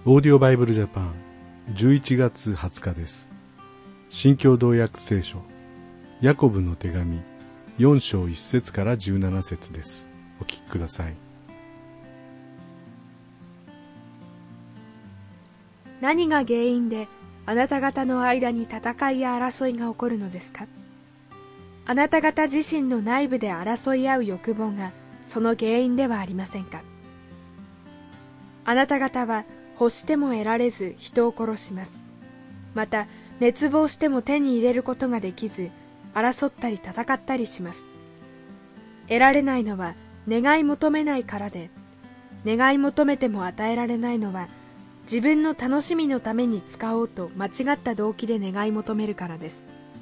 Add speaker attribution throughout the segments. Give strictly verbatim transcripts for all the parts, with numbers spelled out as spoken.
Speaker 1: オーディオバイブルジャパンじゅういちがつはつかです。新共同訳聖書ヤコブの手紙よん章いち節からじゅうなな節です。お聞きください。
Speaker 2: 何が原因であなた方の間に戦いや争いが起こるのですか？あなた方自身の内部で争い合う欲望がその原因ではありませんか？あなた方は欲しても得られず人を殺します。また熱望しても手に入れることができず争ったり戦ったりします。得られないのは願い求めないからで、願い求めても与えられないのは自分の楽しみのために使おうと間違った動機で願い求めるからです。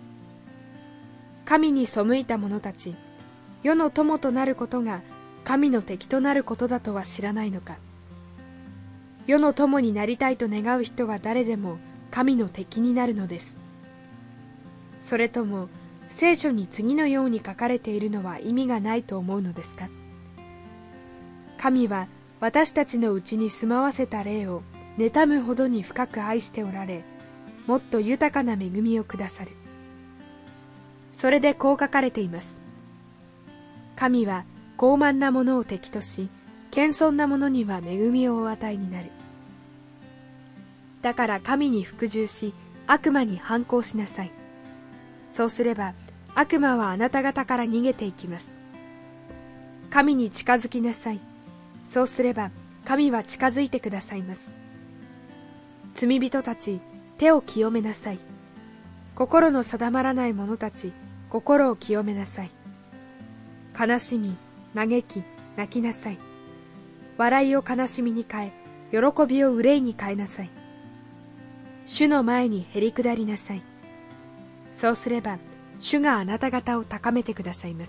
Speaker 2: 神に背いた者たち、世の友となることが神の敵となることだとは知らないのか。世の友になりたいと願う人は誰でも神の敵になるのです。それとも聖書に次のように書かれているのは意味がないと思うのですか？神は私たちのうちに住まわせた霊を妬むほどに深く愛しておられ、もっと豊かな恵みをくださる。それでこう書かれています。神は傲慢なものを敵とし、謙遜なものには恵みをお与えになる。だから神に服従し、悪魔に反抗しなさい。そうすれば悪魔はあなた方から逃げていきます。神に近づきなさい。そうすれば神は近づいてくださいます。罪人たち、手を清めなさい。心の定まらない者たち、心を清めなさい。悲しみ、嘆き、泣きなさい。笑いを悲しみに変え、喜びを憂いに変えなさい。主の前にへり下りなさい。そうすれば主があなた方を高めてくださいます。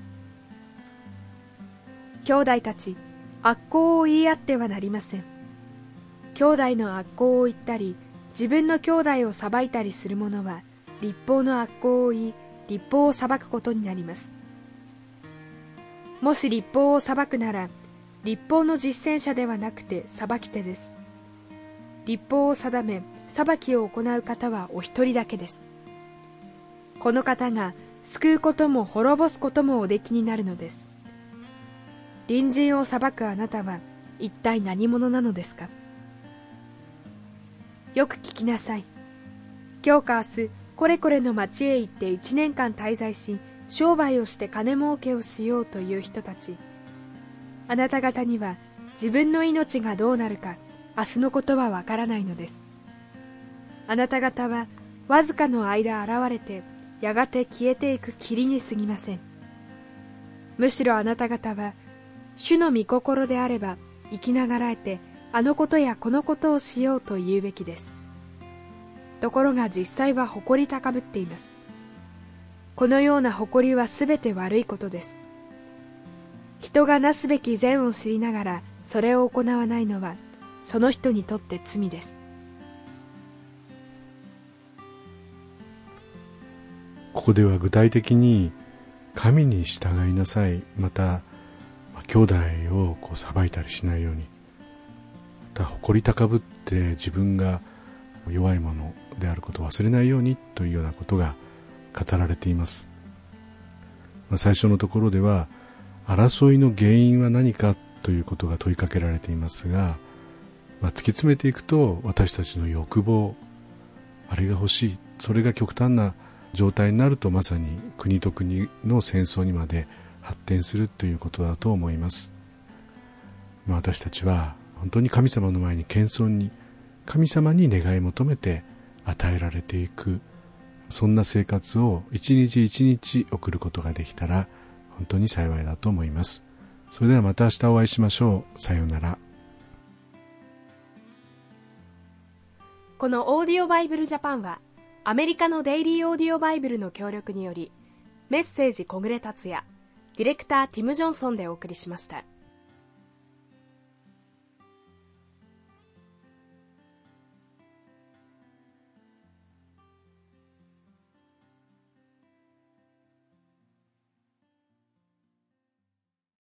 Speaker 2: 兄弟たち、悪行を言い合ってはなりません。兄弟の悪行を言ったり、自分の兄弟を裁いたりする者は律法の悪行を言い、律法を裁くことになります。もし律法を裁くなら、律法の実践者ではなくて裁き手です。律法を定め裁きを行う方はお一人だけです。この方が救うことも滅ぼすこともおできになるのです。隣人を裁くあなたは一体何者なのですか？よく聞きなさい。今日か明日これこれの町へ行って一年間滞在し、商売をして金儲けをしようという人たち。あなた方には自分の命がどうなるか明日のことはわからないのです。あなた方はわずかの間現れてやがて消えていく霧に過ぎません。むしろあなた方は主の御心であれば生きながらえてあのことやこのことをしようと言うべきです。ところが実際は誇り高ぶっています。このような誇りはすべて悪いことです。人がなすべき善を知りながらそれを行わないのはその人にとって罪です。
Speaker 1: ここでは具体的に神に従いなさい、また兄弟をこう裁いたりしないように、また誇り高ぶって自分が弱いものであることを忘れないようにというようなことが語られています。まあ、最初のところでは争いの原因は何かということが問いかけられていますが、まあ、突き詰めていくと私たちの欲望、あれが欲しい、それが極端な状態になるとまさに国と国の戦争にまで発展するということだと思います。まあ、私たちは本当に神様の前に謙遜に神様に願い求めて与えられていく、そんな生活を一日一日送ることができたら本当に幸いだと思います。それではまた明日お会いしましょう。さようなら。
Speaker 2: このオーディオバイブルジャパンはアメリカのデイリーオーディオバイブルの協力によりメッセージ小暮達也、ディレクターティム・ジョンソンでお送りしました。